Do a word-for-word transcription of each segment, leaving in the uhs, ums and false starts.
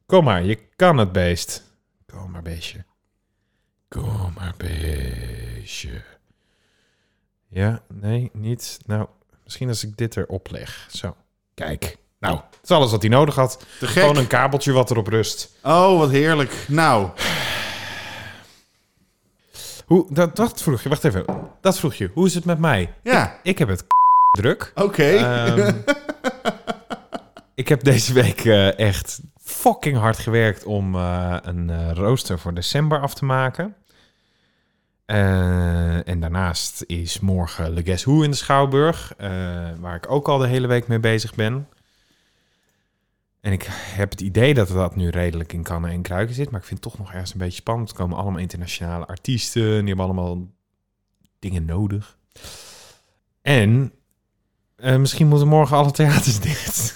Kom maar, je kan het, beest. Kom maar, beestje. Kom maar, beestje. Ja, nee, niet. Nou, misschien als ik dit erop leg. Zo, kijk. Nou, dat is alles wat hij nodig had. Te gek. Gewoon een kabeltje wat erop rust. Oh, wat heerlijk. Nou. Hoe, dat, dat vroeg je, wacht even. Dat vroeg je. Hoe is het met mij? Ja. Ik, ik heb het druk. Oké. Okay. Um, ik heb deze week uh, echt fucking hard gewerkt om uh, een uh, rooster voor december af te maken. Uh, en daarnaast is morgen Le Guess Who in de Schouwburg, uh, waar ik ook al de hele week mee bezig ben. En ik heb het idee dat dat nu redelijk in kannen en kruiken zit, maar ik vind het toch nog ergens een beetje spannend. Er komen allemaal internationale artiesten, die hebben allemaal dingen nodig. En uh, misschien moeten morgen alle theaters dicht.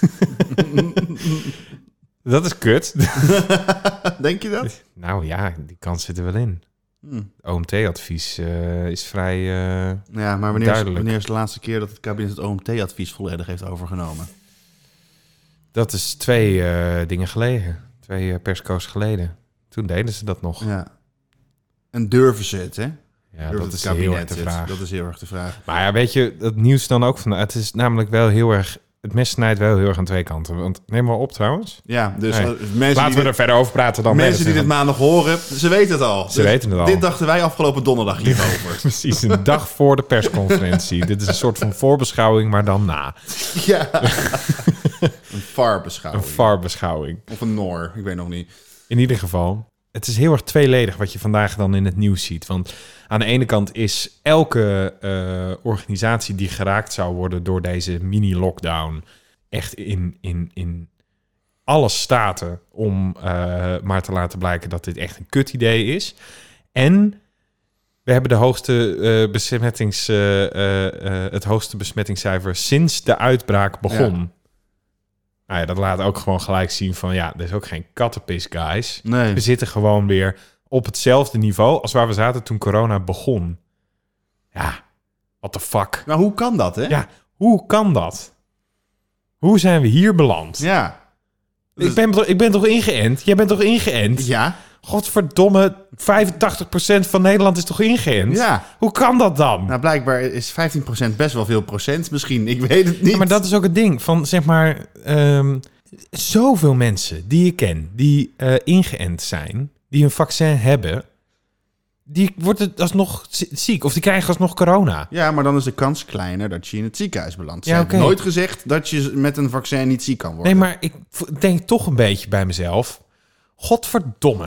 Dat is kut. Denk je dat? Nou ja, die kans zit er wel in. Hmm. O M T-advies uh, is vrij uh, Ja, maar wanneer is, wanneer is de laatste keer dat het kabinet het O M T-advies volledig heeft overgenomen? Dat is twee uh, dingen geleden. Twee uh, persco's geleden. Toen deden ze dat nog. Ja. En durven ze het, hè? Ja, durven dat is heel heel erg de het? vraag. Dat is heel erg de vraag. Maar ja, weet je, dat nieuws dan ook van... Het is namelijk wel heel erg... Het mes snijdt wel heel erg aan twee kanten. Want neem maar op trouwens. Ja, dus nee. mensen Laten we dit, er verder over praten dan mensen die dit maandag horen, ze weten het al. Ze dus weten het al. Dit dachten wij afgelopen donderdag hierover. Precies, een dag voor de persconferentie. Dit is een soort van voorbeschouwing, maar dan na. Ja. Een varbeschouwing. Een varbeschouwing. Of een Noor, ik weet nog niet. In ieder geval, het is heel erg tweeledig wat je vandaag dan in het nieuws ziet. Want aan de ene kant is elke uh, organisatie die geraakt zou worden door deze mini-lockdown echt in, in, in alle staten om uh, maar te laten blijken dat dit echt een kut idee is. En we hebben de hoogste, uh, besmettings, uh, uh, uh, het hoogste besmettingscijfer sinds de uitbraak begon. Ja. Nou ja, dat laat ook gewoon gelijk zien van ja, er is ook geen kattenpis, guys. Nee. We zitten gewoon weer op hetzelfde niveau als waar we zaten toen corona begon. Ja, what the fuck. Nou, hoe kan dat, hè? Ja, hoe kan dat? Hoe zijn we hier beland? Ja. Dus... Ik, ben, ik ben toch ingeënt? Jij bent toch ingeënt? Ja. Godverdomme, vijfentachtig procent van Nederland is toch ingeënt? Ja. Hoe kan dat dan? Nou, blijkbaar is vijftien procent best wel veel procent misschien. Ik weet het niet. Ja, maar dat is ook het ding. Van, zeg maar, um, zoveel mensen die ik ken, die uh, ingeënt zijn, die een vaccin hebben, die worden alsnog ziek of die krijgen alsnog corona. Ja, maar dan is de kans kleiner dat je in het ziekenhuis belandt. Ze ja, hebben okay. nooit gezegd dat je met een vaccin niet ziek kan worden. Nee, maar ik denk toch een beetje bij mezelf. Godverdomme.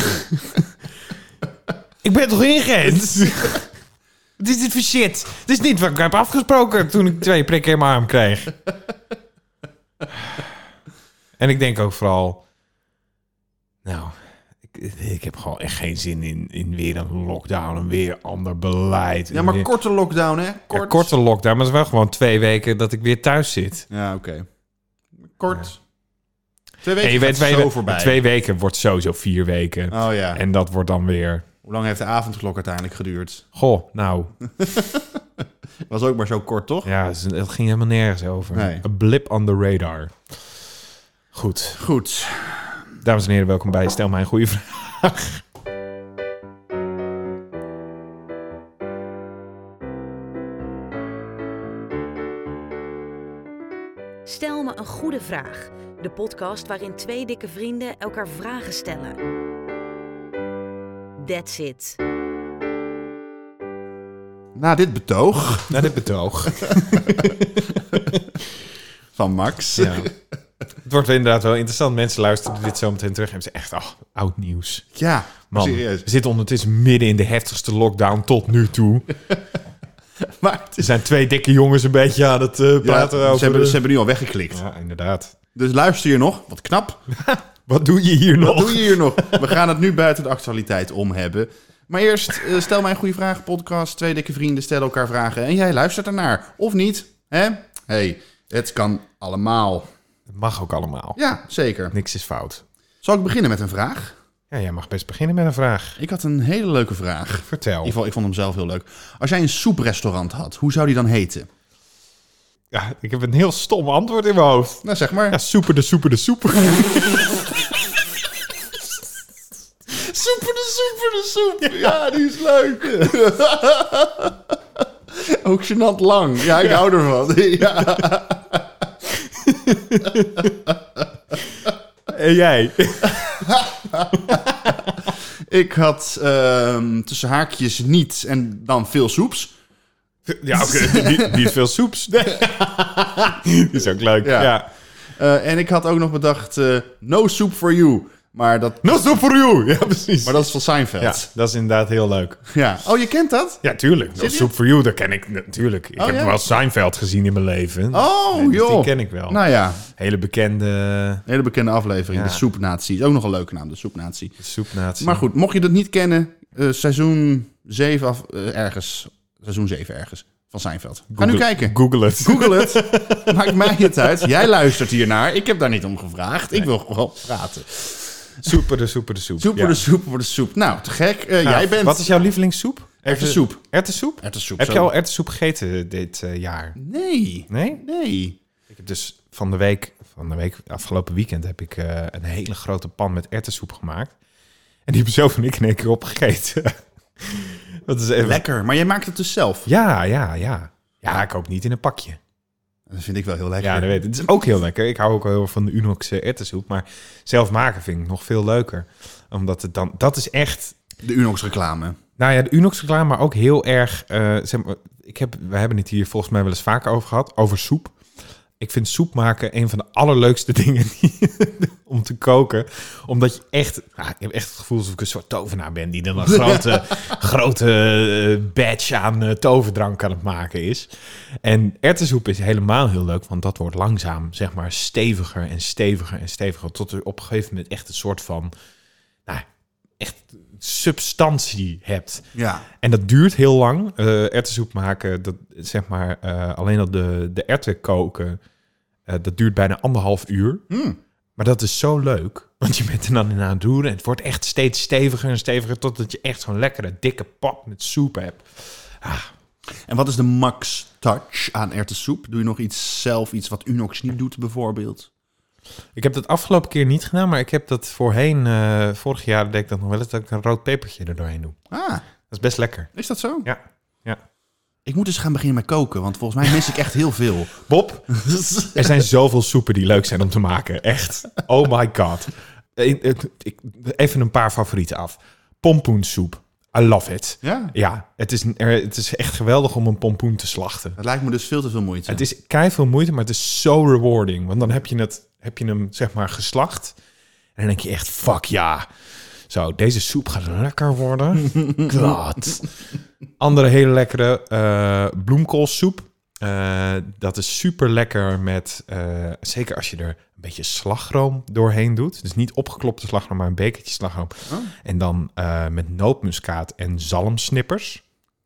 Ik ben toch ingeënt? Wat is dit voor shit? Het is niet wat ik heb afgesproken toen ik twee prikken in mijn arm kreeg. En ik denk ook vooral... Nou, ik, ik heb gewoon echt geen zin in, in weer een lockdown en weer ander beleid. Ja, maar weer... korte lockdown, hè? Kort. Ja, korte lockdown, maar het is wel gewoon twee weken dat ik weer thuis zit. Ja, oké. Okay. Kort... Ja. Twee weken en je weet, twee, zo voorbij. Twee weken wordt sowieso vier weken. Oh ja. En dat wordt dan weer... Hoe lang heeft de avondklok uiteindelijk geduurd? Goh, nou... Was ook maar zo kort, toch? Ja, het ging helemaal nergens over. Nee. A blip on the radar. Goed. Goed. Dames en heren, welkom bij Stel mij een goede vraag. Stel me een goede vraag. De podcast waarin twee dikke vrienden elkaar vragen stellen. That's it. Na dit betoog... Na dit betoog. Van Max. Ja. Het wordt inderdaad wel interessant. Mensen luisteren dit zo meteen terug en ze echt, ach, oud nieuws. Ja, man. Serieus. We zitten ondertussen midden in de heftigste lockdown tot nu toe. Maar er zijn twee dikke jongens een beetje aan het uh, praten ja, over... Ze hebben, de... ze hebben nu al weggeklikt. Ja, inderdaad. Dus luister je nog. Wat knap. Wat doe je hier nog? Wat doe je hier nog? We gaan het nu buiten de actualiteit om hebben. Maar eerst, uh, stel mij een goede vraag. Podcast, twee dikke vrienden stellen elkaar vragen. En jij luistert ernaar. Of niet? Hè? Hey, het kan allemaal. Het mag ook allemaal. Ja, zeker. Niks is fout. Zal ik beginnen met een vraag? Ja, jij mag best beginnen met een vraag. Ik had een hele leuke vraag. Vertel. In ieder geval, ik vond hem zelf heel leuk. Als jij een soeprestaurant had, hoe zou die dan heten? Ja, ik heb een heel stom antwoord in mijn hoofd. Nou, zeg maar. Ja, soeper de soeper de soeper. voor de soep. Ja, die is leuk. Ook gênant lang. Ja, ik ja. hou ervan. Ja. En jij? Ik had uh, tussen haakjes niet en dan veel soeps. Ja, oké. Okay. niet, niet veel soeps. Nee. Die is ook leuk. Ja. ja. Uh, en ik had ook nog bedacht, uh, no soup for you. Maar dat... No soup for you! Ja, precies. Maar dat is van Seinfeld. Ja, dat is inderdaad heel leuk. Ja. Oh, je kent dat? Ja, tuurlijk. No soup for you, dat ken ik natuurlijk. Ik oh, heb ja? wel Seinfeld gezien in mijn leven. Oh, nee, dus joh. die ken ik wel. Nou ja. Hele bekende... Hele bekende aflevering. Ja. De Soepnatie. Is ook nog een leuke naam, de Soepnatie. De Soepnatie. Maar goed, mocht je dat niet kennen, uh, seizoen zeven af, uh, ergens. Seizoen zeven ergens. Van Seinfeld. Ga nu kijken. Google het. Google het. Maakt mij het uit. Jij luistert hiernaar. Ik heb daar niet om gevraagd. Nee. Ik wil gewoon praten. Soeper de soeper de soep. Soeper ja. de soep voor de soep. Nou, te gek. Uh, nou, jij bent... Wat is jouw lievelingssoep? Erwtensoep. Erwtensoep? Erwtensoep. Heb zo. je al erwtensoep gegeten dit uh, jaar? Nee. Nee? Nee. Ik heb dus van de week, van de week, afgelopen weekend heb ik uh, een hele grote pan met erwtensoep gemaakt. En die hebben zelf en ik in één keer opgegeten. Dat is even... Lekker. Maar jij maakt het dus zelf? Ja, ja, ja. Ja, ik koop niet in een pakje. Dat vind ik wel heel lekker. Ja, dat weet ik. Het is ook heel lekker. Ik hou ook heel erg van de Unox uh, erwtensoep. Maar zelf maken vind ik nog veel leuker. Omdat het dan... Dat is echt... De Unox reclame. Nou ja, de Unox reclame, maar ook heel erg... Uh, zeg maar, ik heb, we hebben het hier volgens mij wel eens vaker over gehad. Over soep. Ik vind soep maken een van de allerleukste dingen die, om te koken. Omdat je echt... Nou, ik heb echt het gevoel alsof ik een soort tovenaar ben... die dan een grote, grote uh, batch aan uh, toverdrank aan het maken is. En erwtensoep is helemaal heel leuk... want dat wordt langzaam, zeg maar, steviger en steviger en steviger... tot er op een gegeven moment echt een soort van... Nou, echt substantie hebt. Ja. En dat duurt heel lang. Uh, erwtensoep maken, dat, zeg maar, uh, alleen al de, de erwten koken... Uh, dat duurt bijna anderhalf uur. Mm. Maar dat is zo leuk. Want je bent er dan in aan het doen. En het wordt echt steeds steviger en steviger... totdat je echt zo'n lekkere, dikke pot met soep hebt. Ah. En wat is de max touch aan erwtensoep? Doe je nog iets zelf, iets wat Unox niet doet bijvoorbeeld? Ik heb dat afgelopen keer niet gedaan... maar ik heb dat voorheen... Uh, vorig jaar deed ik dat nog wel eens... dat ik een rood pepertje er doorheen doe. Ah. Dat is best lekker. Is dat zo? Ja. Ja. Ik moet dus gaan beginnen met koken, want volgens mij mis ik echt heel veel. Bob, er zijn zoveel soepen die leuk zijn om te maken. Echt. Oh my god. Even een paar favorieten af. Pompoensoep. I love it. Ja? Ja, het is, het is echt geweldig om een pompoen te slachten. Het lijkt me dus veel te veel moeite. Het is keiveel moeite, maar het is zo rewarding. Want dan heb je, het, heb je hem, zeg maar, geslacht. En dan denk je echt, fuck ja. Zo, deze soep gaat lekker worden. God. Andere hele lekkere uh, bloemkoolsoep. Uh, dat is super lekker met... Uh, zeker als je er een beetje slagroom doorheen doet. Dus niet opgeklopte slagroom, maar een bekertje slagroom. Oh. En dan uh, met nootmuskaat en zalmsnippers.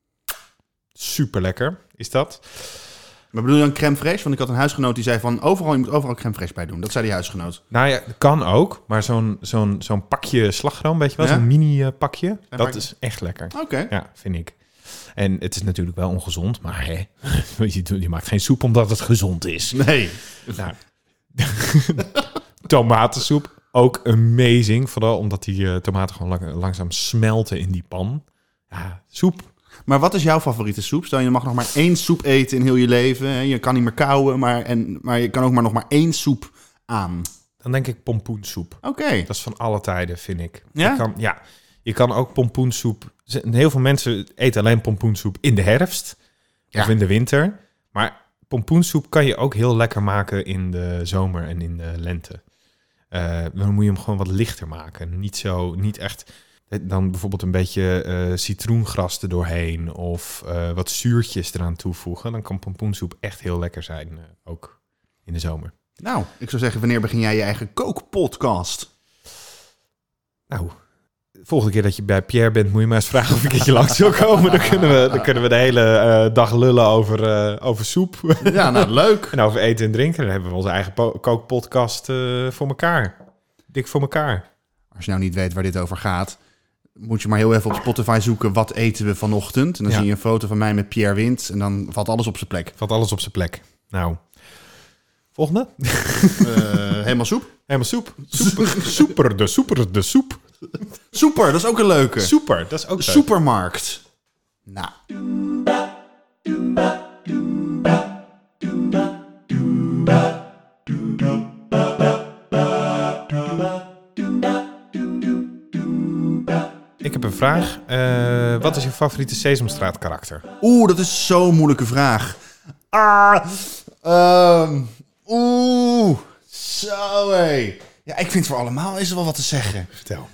Super lekker is dat. Maar bedoel je dan crème fraîche? Want ik had een huisgenoot die zei van... overal, je moet overal crème fraîche bij doen. Dat zei die huisgenoot. Nou ja, kan ook. Maar zo'n, zo'n, zo'n pakje slagroom, weet je wel? Ja? Zo'n mini uh, pakje. En dat pakje? Is echt lekker. Oké. Okay. Ja, vind ik. En het is natuurlijk wel ongezond, maar hè, je, je maakt geen soep omdat het gezond is. Nee. Nou, tomatensoep, ook amazing. Vooral omdat die uh, tomaten gewoon lang, langzaam smelten in die pan. Ja, soep. Maar wat is jouw favoriete soep? Stel, je mag nog maar één soep eten in heel je leven. Hè? Je kan niet meer kauwen, maar, en, maar je kan ook maar nog maar één soep aan. Dan denk ik pompoensoep. Oké. Okay. Dat is van alle tijden, vind ik. Ja? Je kan, ja. Je kan ook pompoensoep... Heel veel mensen eten alleen pompoensoep in de herfst. Ja. Of in de winter. Maar pompoensoep kan je ook heel lekker maken in de zomer en in de lente. Uh, dan moet je hem gewoon wat lichter maken. Niet zo, niet echt... Dan bijvoorbeeld een beetje uh, citroengras er doorheen. Of uh, wat zuurtjes eraan toevoegen. Dan kan pompoensoep echt heel lekker zijn. Uh, ook in de zomer. Nou, ik zou zeggen, wanneer begin jij je eigen kookpodcast? Nou... Volgende keer dat je bij Pierre bent, moet je maar eens vragen of ik een keertje langs wil komen. Dan kunnen we, dan kunnen we de hele uh, dag lullen over, uh, over soep. Ja, nou, leuk. En over eten en drinken. Dan hebben we onze eigen po- kookpodcast uh, voor elkaar. Dik voor elkaar. Als je nou niet weet waar dit over gaat, moet je maar heel even op Spotify zoeken. Wat eten we vanochtend? En dan ja. zie je een foto van mij met Pierre Wind. En dan valt alles op zijn plek. Valt alles op zijn plek. Nou, volgende. Uh, helemaal soep. Helemaal soep. Super, super, de super, de soep. Super, dat is ook een leuke. Super, dat is ook leuk. Supermarkt. Nou. Ik heb een vraag. Uh, wat is je favoriete Sesamstraat karakter? Oeh, dat is zo'n moeilijke vraag. Ah, um, oeh, zo hé. Ja, ik vind voor allemaal is er wel wat te zeggen. Vertel.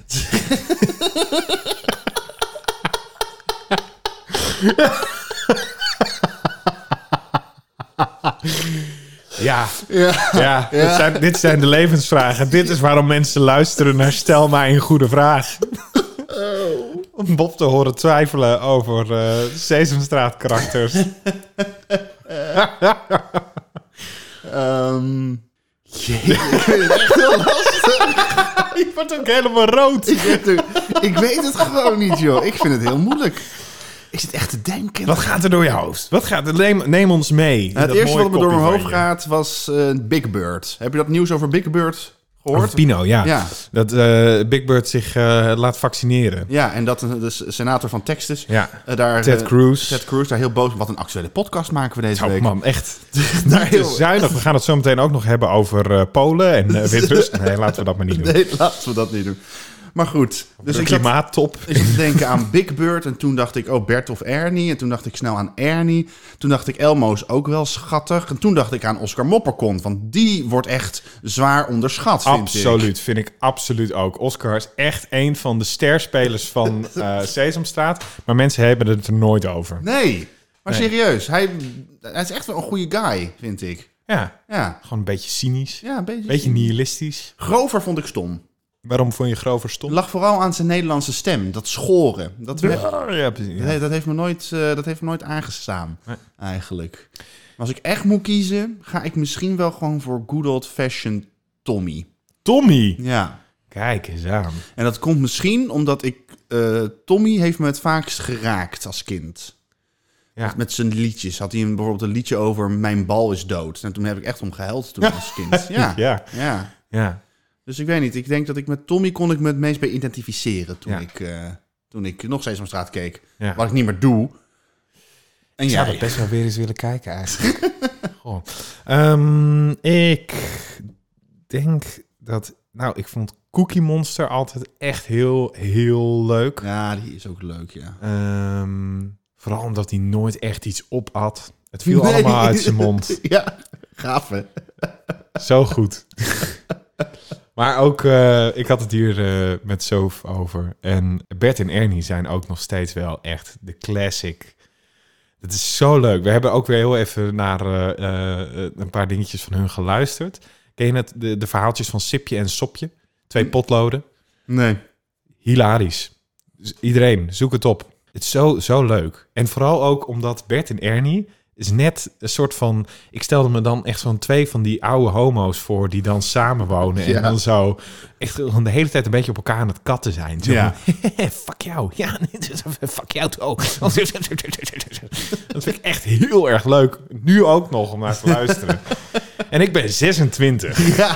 Ja, ja. ja, ja. Dit, zijn, dit zijn de levensvragen. Dit is waarom mensen luisteren naar Stel mij een goede vraag. Oh. Om Bob te horen twijfelen over uh, Sesamstraat karakters. um, jee, ik vind het echt heel lastig. Je wordt ook helemaal rood. Ik weet, het, ik weet het gewoon niet, joh. Ik vind het heel moeilijk. Ik zit echt te denken. Wat gaat er door je hoofd? Wat gaat er? Neem, neem ons mee. Het eerste wat me door mijn hoofd gaat was uh, Big Bird. Heb je dat nieuws over Big Bird gehoord? Over Pino, ja. ja. Dat uh, Big Bird zich uh, laat vaccineren. Ja, en dat de senator van Texas... Ja. Uh, daar, Ted Cruz. Ted Cruz, daar heel boos... Wat een actuele podcast maken we deze oh, week. Man, echt. Daar heel zuinig. We gaan het zo meteen ook nog hebben over uh, Polen en uh, Wit-Rusland. Nee, laten we dat maar niet doen. Nee, laten we dat niet doen. Maar goed. Dus ik klimaattop. Ik zat te denken aan Big Bird. En toen dacht ik, oh, Bert of Ernie. En toen dacht ik snel aan Ernie. Toen dacht ik, Elmo is ook wel schattig. En toen dacht ik aan Oscar Mopperkont. Want die wordt echt zwaar onderschat, vind absoluut, ik. vind ik absoluut ook. Oscar is echt een van de sterspelers van uh, Sesamstraat. Maar mensen hebben het er nooit over. Nee, maar nee. serieus. Hij, hij is echt wel een goede guy, vind ik. Ja, ja. Gewoon een beetje cynisch. Ja, een beetje, beetje nihilistisch. Grover vond ik stom. Waarom vond je Grover stom? Lag vooral aan zijn Nederlandse stem. Dat schoren. Dat, ja, heb, ja, precies, ja. dat, heeft me nooit, uh, dat heeft me nooit aangestaan, nee. eigenlijk. Maar als ik echt moet kiezen, ga ik misschien wel gewoon voor good old fashioned Tommy. Tommy? Ja. Kijk eens aan. En dat komt misschien omdat ik... Uh, Tommy heeft me het vaakst geraakt als kind. Ja. Met zijn liedjes. Had hij een, bijvoorbeeld een liedje over Mijn bal is dood. En toen heb ik echt om gehuild toen als kind. Ja. ja. ja. ja. Dus ik weet niet. Ik denk dat ik met Tommy kon ik me het meest bij identificeren toen, ja. ik, uh, toen ik nog Sesamstraat keek. Ja. Wat ik niet meer doe. En ik jij? zou het best wel weer eens willen kijken eigenlijk. Goh. Um, ik denk dat... Nou, ik vond Cookie Monster altijd echt heel, heel leuk. Ja, die is ook leuk, ja. Um, vooral omdat hij nooit echt iets opat. Het viel nee. allemaal uit zijn mond. Ja, gaaf hè. Zo goed. Maar ook, uh, ik had het hier uh, met Sof over. En Bert en Ernie zijn ook nog steeds wel echt de classic. Het is zo leuk. We hebben ook weer heel even naar uh, uh, een paar dingetjes van hun geluisterd. Ken je het? De, de verhaaltjes van Sipje en Sopje? Twee potloden. Nee. Hilarisch. Dus iedereen, zoek het op. Het is zo, zo leuk. En vooral ook omdat Bert en Ernie is net een soort van... Ik stelde me dan echt van twee van die oude homo's voor... die dan samenwonen en ja. dan zo... echt de hele tijd een beetje op elkaar aan het katten zijn. Zo ja. van, fuck jou. Ja, fuck jou ook. Dat vind ik echt heel erg leuk. Nu ook nog om naar te luisteren. En ik ben zesentwintig. Ja.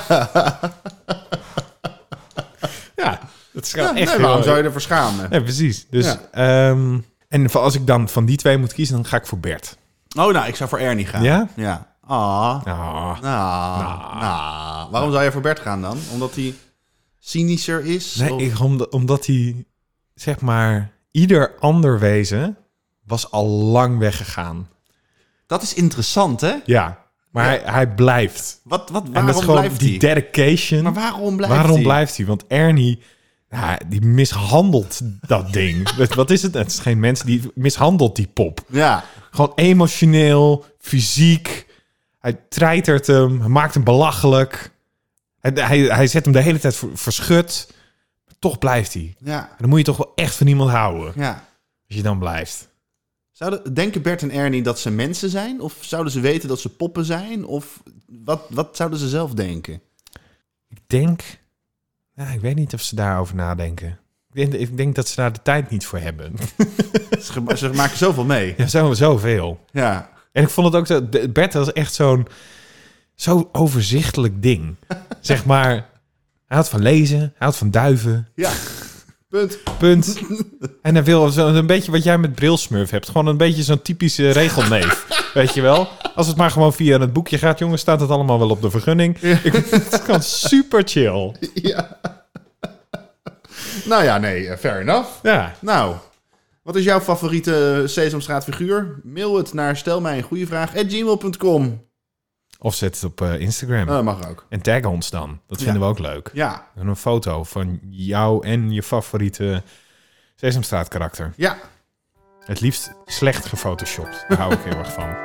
Ja, dat is ja, echt nee, waarom zou je ervoor schamen? Ja, precies. Dus, ja. um, en als ik dan van die twee moet kiezen, dan ga ik voor Bert. Oh, nou, ik zou voor Ernie gaan. Ja? Ja. Ah. Nou. Nou. Nou. nou. Waarom zou je voor Bert gaan dan? Omdat hij cynischer is? Nee, ik, omdat, omdat hij, zeg maar, ieder ander wezen was al lang weggegaan. Dat is interessant, hè? Ja. Maar ja. hij, hij blijft. Wat, wat, waarom en dat is gewoon blijft die hij? dedication. Maar waarom blijft waarom hij? blijft hij? Want Ernie, ja, die mishandelt dat ding. Wat is het? Het is geen mens, die mishandelt die pop. Ja. Gewoon emotioneel, fysiek. Hij treitert hem, hij maakt hem belachelijk. Hij, hij, hij zet hem de hele tijd verschut. Maar toch blijft hij. Ja. En dan moet je toch wel echt van iemand houden. Ja. Als je dan blijft. Zouden, denken Bert en Ernie dat ze mensen zijn? Of zouden ze weten dat ze poppen zijn? Of wat, wat zouden ze zelf denken? Ik denk... Ja, ik weet niet of ze daarover nadenken. Ik denk, ik denk dat ze daar de tijd niet voor hebben. Ze, ze maken zoveel mee. Ja, zo, zoveel. Ja. En ik vond het ook zo... Bert was echt zo'n... Zo overzichtelijk ding. Zeg maar... Hij houdt van lezen. Hij houdt van duiven. Ja. Punt. Punt. En hij wil zo een beetje wat jij met Brilsmurf hebt. Gewoon een beetje zo'n typische regelneef. Weet je wel? Als het maar gewoon via het boekje gaat, jongens, staat het allemaal wel op de vergunning. Ja. Ik, het kan super chill. Ja. Nou ja, nee, fair enough. Ja. Nou, wat is jouw favoriete Sesamstraat figuur? Mail het naar stel mij een goede vraag at gmail punt com. Of zet het op uh, Instagram. Oh, dat mag ook. En tag ons dan. Dat vinden ja. we ook leuk. Ja. En een foto van jou en je favoriete Sesamstraat karakter. Ja. Het liefst slecht gefotoshopt. Daar hou ik heel erg van.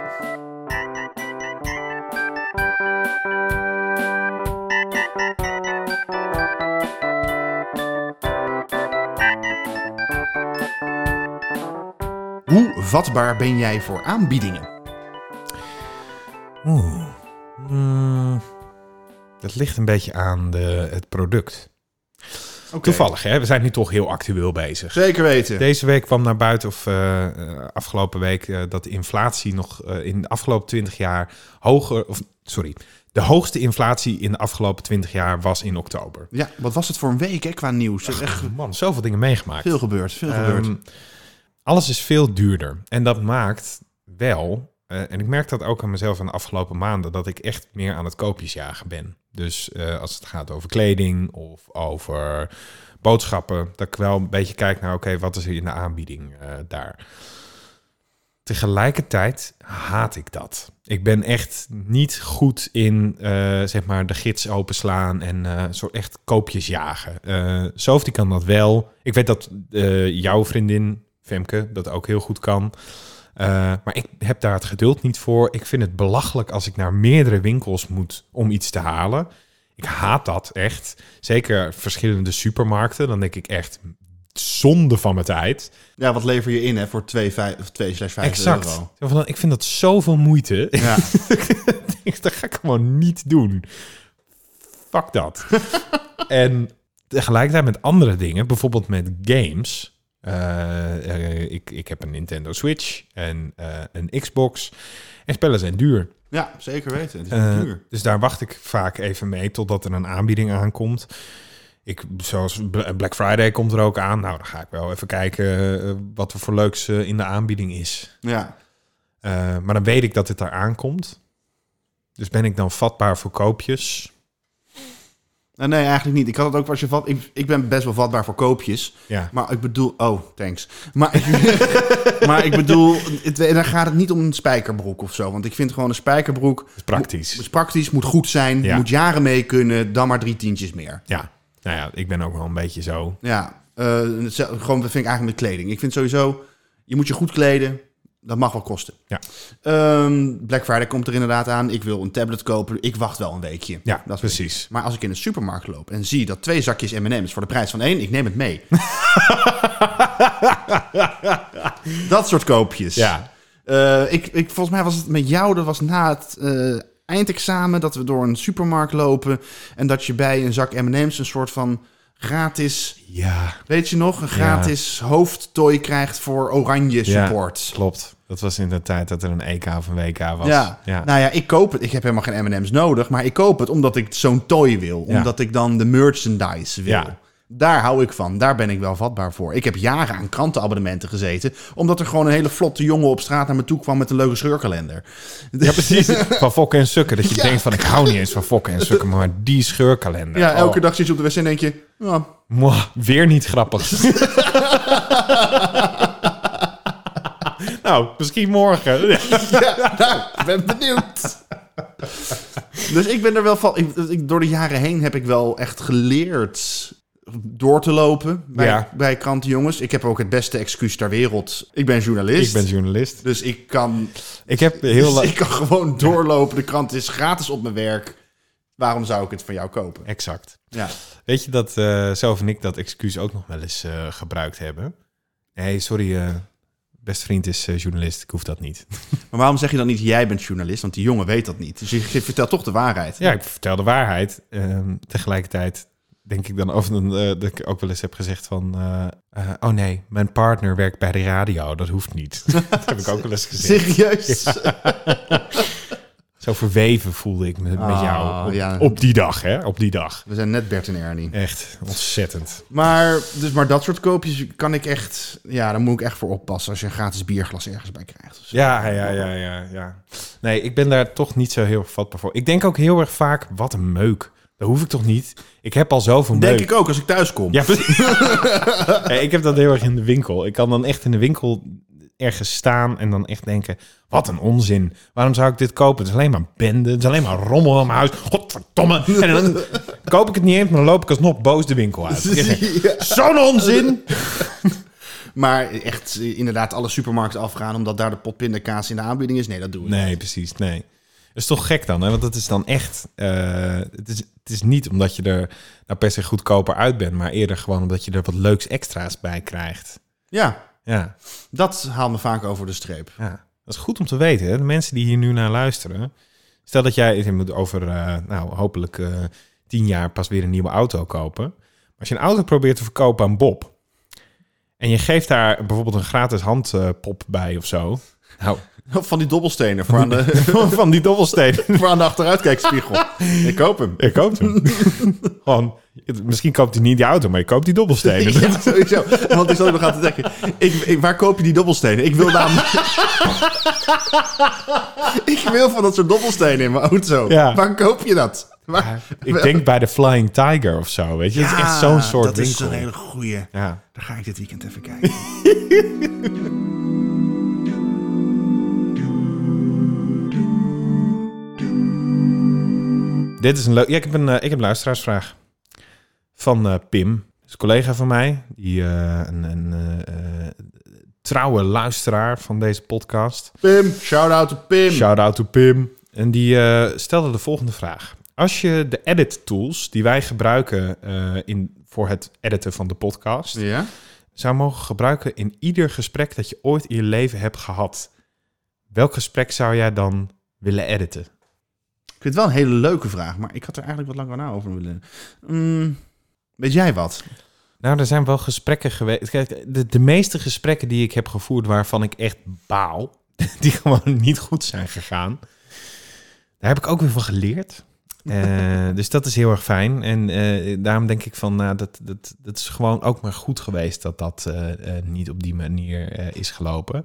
Hoe vatbaar ben jij voor aanbiedingen? Oeh. Mm, dat ligt een beetje aan de, het product. Okay. Toevallig, hè? We zijn nu toch heel actueel bezig. Zeker weten. Deze week kwam naar buiten, of uh, afgelopen week, uh, dat de inflatie nog uh, in de afgelopen twintig jaar hoger, of sorry, de hoogste inflatie in de afgelopen twintig jaar was in oktober. Ja, wat was het voor een week, hè, qua nieuws? Ach, echt man, zoveel dingen meegemaakt. Veel gebeurd, veel um, gebeurd. Alles is veel duurder. En dat maakt wel, uh, en ik merk dat ook aan mezelf in de afgelopen maanden, dat ik echt meer aan het koopjesjagen ben. Dus uh, als het gaat over kleding of over boodschappen, dat ik wel een beetje kijk naar, oké, okay, wat is er in de aanbieding uh, daar? Tegelijkertijd haat ik dat. Ik ben echt niet goed in, uh, zeg maar, de gids openslaan en uh, zo echt koopjes jagen. Uh, Sof, die kan dat wel. Ik weet dat uh, jouw vriendin, Femke, dat ook heel goed kan. Uh, maar ik heb daar het geduld niet voor. Ik vind het belachelijk als ik naar meerdere winkels moet om iets te halen. Ik haat dat echt. Zeker verschillende supermarkten. Dan denk ik echt zonde van mijn tijd. Ja, wat lever je in hè, voor twee slash vijf exact. euro? Ik vind dat zoveel moeite. Ja. Dat ga ik gewoon niet doen. Fuck dat. En tegelijkertijd met andere dingen. Bijvoorbeeld met games. Uh, uh, ik, ik heb een Nintendo Switch en uh, een Xbox. En spellen zijn duur. Ja, zeker weten. Het is uh, duur. Dus daar wacht ik vaak even mee totdat er een aanbieding aankomt. Ik, zoals Black Friday komt er ook aan. Nou, dan ga ik wel even kijken uh, wat er voor leuks uh, in de aanbieding is. Ja. Uh, maar dan weet ik dat het daar aankomt. Dus ben ik dan vatbaar voor koopjes? Nee, eigenlijk niet. Ik had het ook als je vat. Ik, ik ben best wel vatbaar voor koopjes. Ja. Maar ik bedoel. Oh, thanks. Maar ik, maar ik bedoel. Het, dan gaat het niet om een spijkerbroek of zo. Want ik vind gewoon een spijkerbroek. Is praktisch. Moet, is praktisch, moet goed zijn. Ja. Moet jaren mee kunnen. Dan maar drie tientjes meer. Ja. Nou ja, ik ben ook wel een beetje zo. Ja. Uh, gewoon, dat vind ik eigenlijk met kleding. Ik vind sowieso. Je moet je goed kleden. Dat mag wel kosten. Ja. Um, Black Friday komt er inderdaad aan. Ik wil een tablet kopen. Ik wacht wel een weekje. Ja, dat precies. Maar als ik in de supermarkt loop en zie dat twee zakjes M en M's voor de prijs van één, ik neem het mee. Dat soort koopjes. Ja. Uh, ik, ik, volgens mij was het met jou, dat was na het uh, eindexamen, dat we door een supermarkt lopen en dat je bij een zak M en M's een soort van gratis, ja, weet je nog, een gratis ja. hoofdtooi krijgt voor oranje support. Ja, klopt. Dat was in de tijd dat er een E K of een W K was. Ja. ja, nou ja, ik koop het. Ik heb helemaal geen M en M's nodig, maar ik koop het omdat ik zo'n toy wil. Ja. Omdat ik dan de merchandise wil. Ja. Daar hou ik van. Daar ben ik wel vatbaar voor. Ik heb jaren aan krantenabonnementen gezeten, omdat er gewoon een hele vlotte jongen op straat naar me toe kwam met een leuke scheurkalender. Ja, precies. Van Fokken en Sukken. Dat je ja. denkt van, ik hou niet eens van Fokken en Sukken, maar die scheurkalender. Ja, elke oh. dag zit je op de wc en denk je, ja. Mwah, weer niet grappig. Nou, misschien morgen. Ja, nou, ik ben benieuwd. Dus ik ben er wel van. Ik, ik, door de jaren heen heb ik wel echt geleerd door te lopen bij, ja. bij krantenjongens. Ik heb ook het beste excuus ter wereld. Ik ben journalist. Ik ben journalist. Dus ik kan. Ik heb heel dus ik kan gewoon doorlopen. De krant is gratis op mijn werk. Waarom zou ik het van jou kopen? Exact. Ja. Weet je dat uh, zelf en ik dat excuus ook nog wel eens uh, gebruikt hebben? Hey, sorry. Uh, Beste vriend is uh, journalist, ik hoef dat niet. Maar waarom zeg je dan niet, jij bent journalist? Want die jongen weet dat niet. Dus je, je vertelt toch de waarheid. Ja, ik vertel de waarheid. Um, tegelijkertijd denk ik dan, of dan uh, dat ik ook wel eens heb gezegd van... Uh, uh, oh nee, mijn partner werkt bij de radio, dat hoeft niet. Dat heb ik ook wel eens gezegd. Serieus? Ja. Zo verweven voelde ik me met Ah, jou op, ja. op die dag, hè? Op die dag. We zijn net Bert en Ernie. Echt ontzettend. Maar, dus, maar dat soort koopjes kan ik echt... Ja, daar moet ik echt voor oppassen als je een gratis bierglas ergens bij krijgt. of zo. Ja, ja, ja, ja, ja. Nee, ik ben daar toch niet zo heel erg vatbaar voor. Ik denk ook heel erg vaak, wat een meuk. Dat hoef ik toch niet? Ik heb al zoveel meuk. Denk ik ook als ik thuis kom. Ja, precies. Hey, ik heb dat heel erg in de winkel. Ik kan dan echt in de winkel ergens staan en dan echt denken... Wat een onzin. Waarom zou ik dit kopen? Het is alleen maar bende. Het is alleen maar rommel in mijn huis. Godverdomme. En dan koop ik het niet eens, maar dan loop ik alsnog boos de winkel uit. Ja. Zo'n onzin. Maar echt inderdaad alle supermarkten afgaan... omdat daar de pot pindakaas in de aanbieding is. Nee, dat doen we Nee, niet. precies. Nee. Dat is toch gek dan, hè? Want dat is dan echt... Uh, het, is, het is niet omdat je er nou per se goedkoper uit bent... maar eerder gewoon omdat je er wat leuks extra's bij krijgt. Ja, Ja, dat haalt me vaak over de streep. ja. Dat is goed om te weten, hè? De mensen die hier nu naar luisteren... Stel dat jij je moet over, uh, nou, hopelijk uh, tien jaar pas weer een nieuwe auto kopen. Maar als je een auto probeert te verkopen aan Bob... en je geeft daar bijvoorbeeld een gratis handpop bij of zo... Nou, Van die dobbelstenen voor aan de, van die dobbelstenen. voor aan de achteruitkijkspiegel. Ik koop hem. Ik koop hem. Gewoon, misschien koopt hij niet die auto, maar je koopt die dobbelstenen. Ja, sowieso. Want ik zat er nog aan te denken. Ik, ik, waar koop je die dobbelstenen? Ik wil namelijk... ik wil van dat soort dobbelstenen in mijn auto. Ja. Waar koop je dat? Waar... Ja, ik denk bij de Flying Tiger of zo, weet je. Het is echt zo'n soort dat winkel. is een hele goeie. Ja. Daar ga ik dit weekend even kijken. Dit is een leuk... Ja, ik heb een, uh, ik heb een luisteraarsvraag. Van uh, Pim. Dat is een collega van mij. Die uh, een, een uh, uh, trouwe luisteraar van deze podcast. Pim, shout-out to Pim. Shout-out to Pim. En die uh, stelde de volgende vraag. Als je de edit tools die wij gebruiken uh, in, voor het editen van de podcast... Ja? zou mogen gebruiken in ieder gesprek dat je ooit in je leven hebt gehad... welk gesprek zou jij dan willen editen? Ik vind het wel een hele leuke vraag, maar ik had er eigenlijk wat langer na over willen. Mm, weet jij wat? Nou, er zijn wel gesprekken geweest. Kijk, de, de meeste gesprekken die ik heb gevoerd waarvan ik echt baal, die gewoon niet goed zijn gegaan, daar heb ik ook weer van geleerd. Uh, dus dat is heel erg fijn. En uh, daarom denk ik van, nou, dat, dat, dat is gewoon ook maar goed geweest dat dat uh, uh, niet op die manier uh, is gelopen.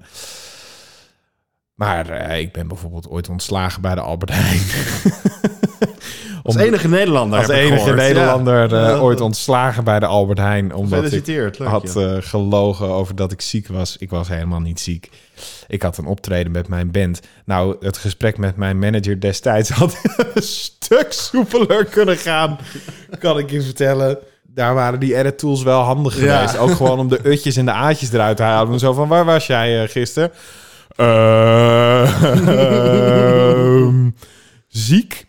Maar uh, ik ben bijvoorbeeld ooit ontslagen bij de Albert Heijn. Als enige Nederlander Als heb ik enige gehoord. Nederlander Ja. uh, ooit ontslagen bij de Albert Heijn. Omdat ik Gefeliciteerd, leuk, had ja. uh, gelogen over dat ik ziek was. Ik was helemaal niet ziek. Ik had een optreden met mijn band. Nou, het gesprek met mijn manager destijds had een stuk soepeler kunnen gaan. Kan ik je vertellen. Daar waren die edit tools wel handig Ja. geweest. Ook gewoon om de utjes en de aatjes eruit te halen. En zo van, waar was jij uh, gisteren? Uh, um, ziek.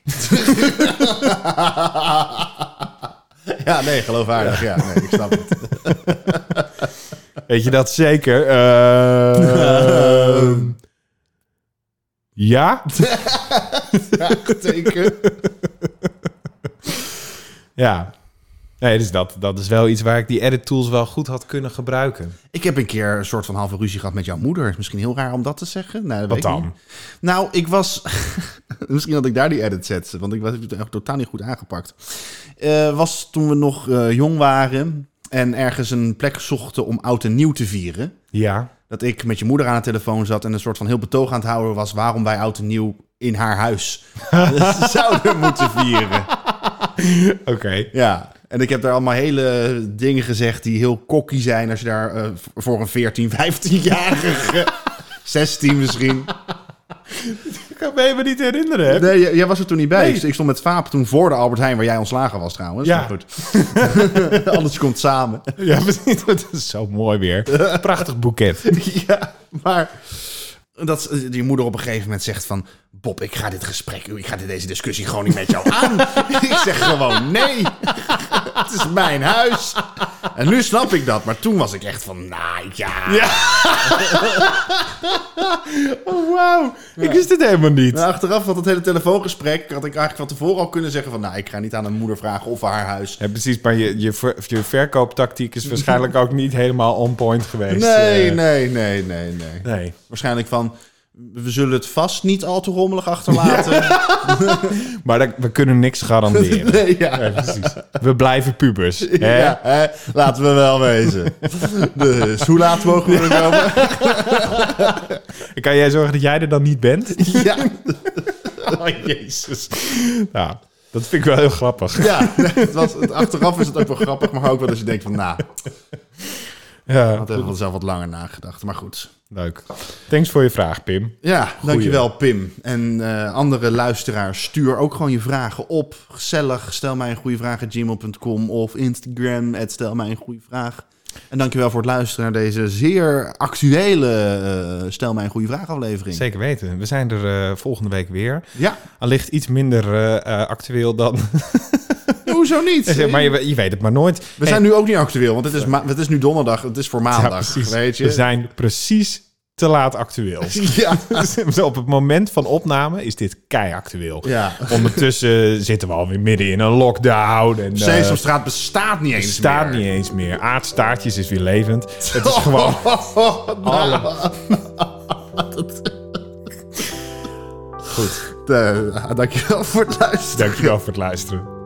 Ja, nee, geloofwaardig. Ja, nee, ik snap het. Weet je dat zeker? Uh, ja? Ja, zeker. Ja. Nee, dus dat, dat is wel iets waar ik die edit tools wel goed had kunnen gebruiken. Ik heb een keer een soort van halve ruzie gehad met jouw moeder. Is misschien heel raar om dat te zeggen. Nou, dat Wat weet ik dan? niet. Nou, ik was... misschien had ik daar die edit zet. Want ik was het echt totaal niet goed aangepakt. Uh, was toen we nog uh, jong waren... en ergens een plek zochten om oud en nieuw te vieren. Ja. Dat ik met je moeder aan de telefoon zat... en een soort van heel betoog aan het houden was... waarom wij oud en nieuw in haar huis zouden moeten vieren. Oké. Okay. Ja, en ik heb daar allemaal hele dingen gezegd die heel cocky zijn als je daar uh, voor een veertien, vijftien-jarige, zestien misschien. Ik kan me even niet herinneren, hè? Nee, jij, jij was er toen niet bij. Nee. Ik, ik stond met Vaap toen voor de Albert Heijn, waar jij ontslagen was trouwens. Ja. Maar goed. Alles komt samen. Ja, precies. Dat is zo mooi weer. Prachtig boeket. Ja, maar dat die moeder op een gegeven moment zegt van... Bob, ik ga dit gesprek, ik ga deze discussie gewoon niet met jou aan. Ik zeg gewoon nee. Het is mijn huis. En nu snap ik dat, maar toen was ik echt van, nou ja. Ja. Oh, wauw. Ja. Ik wist het helemaal niet. Nou, achteraf van het hele telefoongesprek had ik eigenlijk van tevoren al kunnen zeggen van... nou, ik ga niet aan een moeder vragen of haar huis. Ja, precies, maar je, je, ver, je verkooptactiek is waarschijnlijk ook niet helemaal on point geweest. Nee, uh, nee, nee, nee, nee. Nee. Waarschijnlijk van... we zullen het vast niet al te rommelig achterlaten. Maar dat, we kunnen niks garanderen. Nee, ja. Ja, precies. We blijven pubers. Hè? Ja, hè? Laten we wel wezen. Dus hoe laat mogen we er komen? Kan jij zorgen dat jij er dan niet bent? Ja, Oh, jezus. Ja, dat vind ik wel heel grappig. ja het was, het, achteraf is het ook wel grappig, maar ook wel als je denkt van, nou, Ja, ik had er wel zelf wat langer nagedacht. Maar goed. leuk. Thanks voor je vraag, Pim. Ja, dankjewel Pim. En uh, andere luisteraars, stuur ook gewoon je vragen op. Gezellig, stel mij een goede vraag at gmail punt com of Instagram, at stel mij een goede vraag. En dankjewel voor het luisteren naar deze zeer actuele uh, Stel mij een goede vraag aflevering. Zeker weten. We zijn er uh, volgende week weer. Ja. Allicht iets minder uh, uh, actueel dan... Hoezo niet? Maar je, je weet het maar nooit. We Hey, zijn nu ook niet actueel, want het is, ma- het is nu donderdag. Het is voor maandag, ja, weet je. We zijn precies te laat actueel. Ja. Op het moment van opname is dit kei-actueel. Ja. Ondertussen zitten we alweer midden in een lockdown. En, uh, Sesamstraat bestaat niet eens bestaat meer. niet eens meer. Aardstaartjes is weer levend. Het is gewoon... alle... Goed. Uh, dankjewel voor het luisteren. Dankjewel voor het luisteren.